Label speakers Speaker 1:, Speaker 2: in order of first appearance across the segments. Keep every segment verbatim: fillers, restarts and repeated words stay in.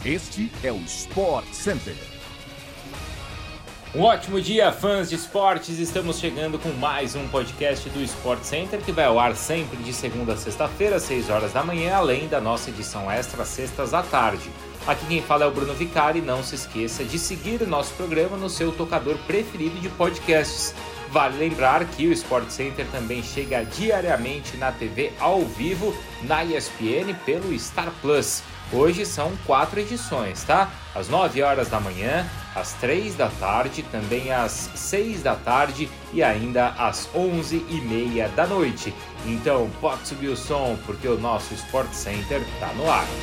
Speaker 1: Este é o Sport Center.
Speaker 2: Um ótimo dia, fãs de esportes! Estamos chegando com mais um podcast do Sport Center, que vai ao ar sempre de segunda a sexta-feira, às seis horas da manhã, além da nossa edição extra, sextas à tarde. Aqui quem fala é o Bruno Vicari, e não se esqueça de seguir o nosso programa no seu tocador preferido de podcasts. Vale lembrar que o Sport Center também chega diariamente na T V ao vivo, na E S P N, pelo Star Plus. Hoje são quatro edições, tá? Às nove horas da manhã, às três da tarde, também às seis da tarde e ainda às onze e meia da noite. Então pode subir o som porque o nosso Sport Center tá no ar.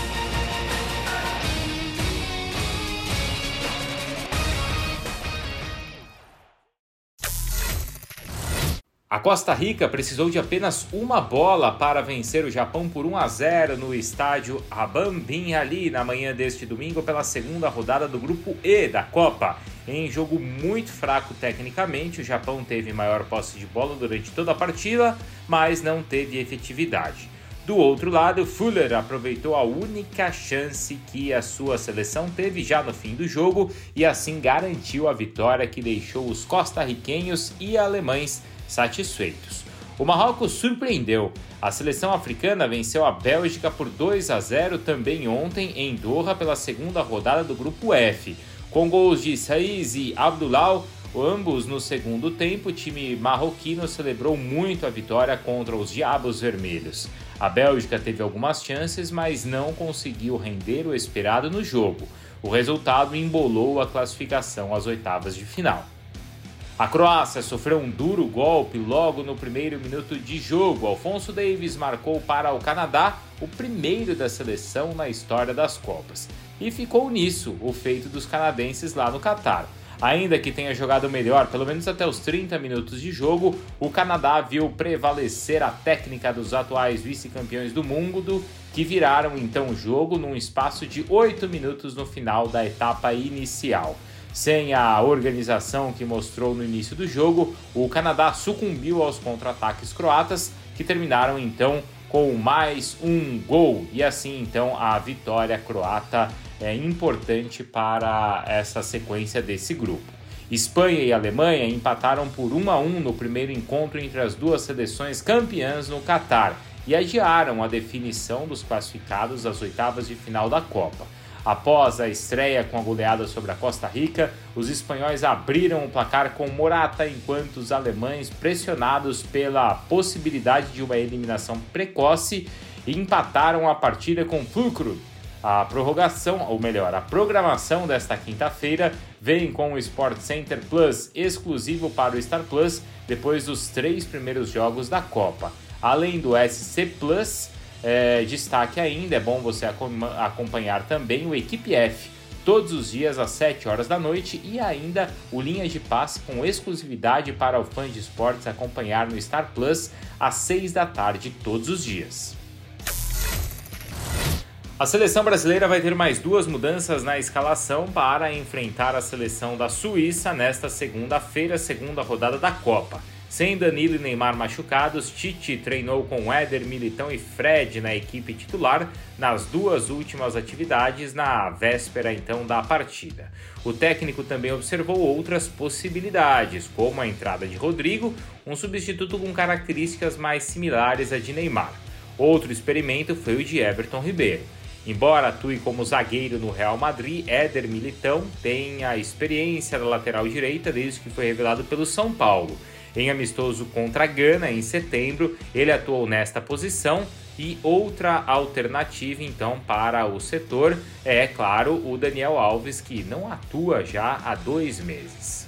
Speaker 2: A Costa Rica precisou de apenas uma bola para vencer o Japão por um a zero no estádio Abambin Ali na manhã deste domingo pela segunda rodada do Grupo E da Copa. Em jogo muito fraco tecnicamente, o Japão teve maior posse de bola durante toda a partida, mas não teve efetividade. Do outro lado, Fuller aproveitou a única chance que a sua seleção teve já no fim do jogo e assim garantiu a vitória que deixou os costarriquenhos e alemães satisfeitos. O Marrocos surpreendeu. A seleção africana venceu a Bélgica por dois a zero também ontem em Doha pela segunda rodada do Grupo F. Com gols de Saiz e Abdullah, ambos no segundo tempo, o time marroquino celebrou muito a vitória contra os Diabos Vermelhos. A Bélgica teve algumas chances, mas não conseguiu render o esperado no jogo. O resultado embolou a classificação às oitavas de final. A Croácia sofreu um duro golpe logo no primeiro minuto de jogo. Alphonso Davies marcou para o Canadá, o primeiro da seleção na história das Copas. E ficou nisso o feito dos canadenses lá no Catar. Ainda que tenha jogado melhor, pelo menos até os trinta minutos de jogo, o Canadá viu prevalecer a técnica dos atuais vice-campeões do mundo, que viraram então o jogo num espaço de oito minutos no final da etapa inicial. Sem a organização que mostrou no início do jogo, o Canadá sucumbiu aos contra-ataques croatas, que terminaram então com mais um gol. E assim então a vitória croata é importante para essa sequência desse grupo. Espanha e Alemanha empataram por um a um no primeiro encontro entre as duas seleções campeãs no Catar e adiaram a definição dos classificados às oitavas de final da Copa. Após a estreia com a goleada sobre a Costa Rica, os espanhóis abriram o placar com Morata, enquanto os alemães, pressionados pela possibilidade de uma eliminação precoce, empataram a partida com Füllkrug. A prorrogação, ou melhor, a programação desta quinta-feira vem com o Sport Center Plus exclusivo para o Star Plus depois dos três primeiros jogos da Copa. Além do S C Plus, É, destaque ainda, é bom você acompanhar também o Equipe F, todos os dias às sete horas da noite, e ainda o Linha de Passe com exclusividade para o fã de esportes acompanhar no Star Plus às seis da tarde todos os dias. A seleção brasileira vai ter mais duas mudanças na escalação para enfrentar a seleção da Suíça nesta segunda-feira, segunda rodada da Copa. Sem Danilo e Neymar machucados, Tite treinou com Éder, Militão e Fred na equipe titular nas duas últimas atividades na véspera então da partida. O técnico também observou outras possibilidades, como a entrada de Rodrigo, um substituto com características mais similares à de Neymar. Outro experimento foi o de Everton Ribeiro. Embora atue como zagueiro no Real Madrid, Éder Militão tem a experiência da lateral direita desde que foi revelado pelo São Paulo. Em amistoso contra a Gana, em setembro, ele atuou nesta posição e outra alternativa, então, para o setor é, claro, o Daniel Alves, que não atua já há dois meses.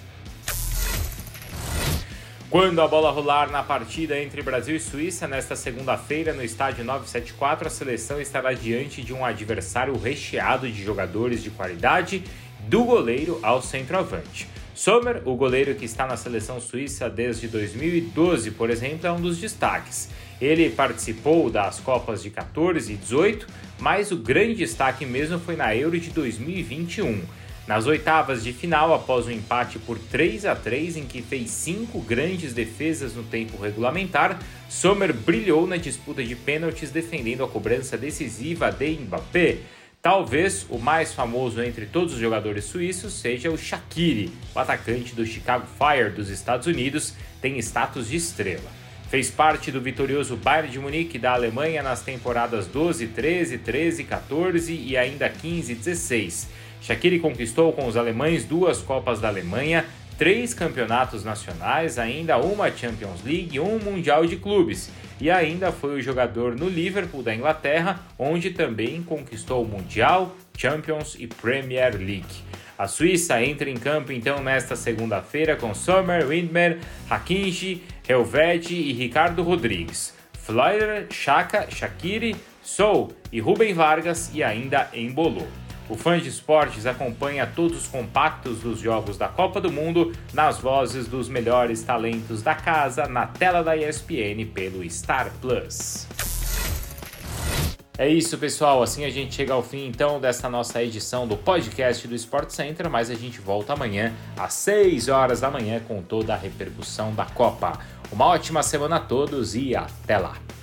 Speaker 2: Quando a bola rolar na partida entre Brasil e Suíça, nesta segunda-feira, no estádio novecentos e setenta e quatro, a seleção estará diante de um adversário recheado de jogadores de qualidade, do goleiro ao centroavante. Sommer, o goleiro que está na seleção suíça desde dois mil e doze, por exemplo, é um dos destaques. Ele participou das Copas de quatorze e dezoito, mas o grande destaque mesmo foi na Euro de dois mil e vinte e um. Nas oitavas de final, após um empate por três a três, em que fez cinco grandes defesas no tempo regulamentar, Sommer brilhou na disputa de pênaltis defendendo a cobrança decisiva de Mbappé. Talvez o mais famoso entre todos os jogadores suíços seja o Shaqiri, o atacante do Chicago Fire dos Estados Unidos, tem status de estrela. Fez parte do vitorioso Bayern de Munique da Alemanha nas temporadas doze, treze, treze, quatorze e ainda quinze e dezesseis. Shaqiri conquistou com os alemães duas Copas da Alemanha, três campeonatos nacionais, ainda uma Champions League e um Mundial de Clubes. E ainda foi o jogador no Liverpool da Inglaterra, onde também conquistou o Mundial, Champions e Premier League. A Suíça entra em campo então nesta segunda-feira com Sommer, Windmer, Hakinji, Helvete e Ricardo Rodrigues, Fleurer, Xhaka, Shaqiri, Sou e Rubem Vargas e ainda Embolo. O Fã de Esportes acompanha todos os compactos dos jogos da Copa do Mundo nas vozes dos melhores talentos da casa na tela da E S P N pelo Star Plus. É isso, pessoal. Assim a gente chega ao fim, então, dessa nossa edição do podcast do Sport Center, mas a gente volta amanhã às seis horas da manhã com toda a repercussão da Copa. Uma ótima semana a todos e até lá!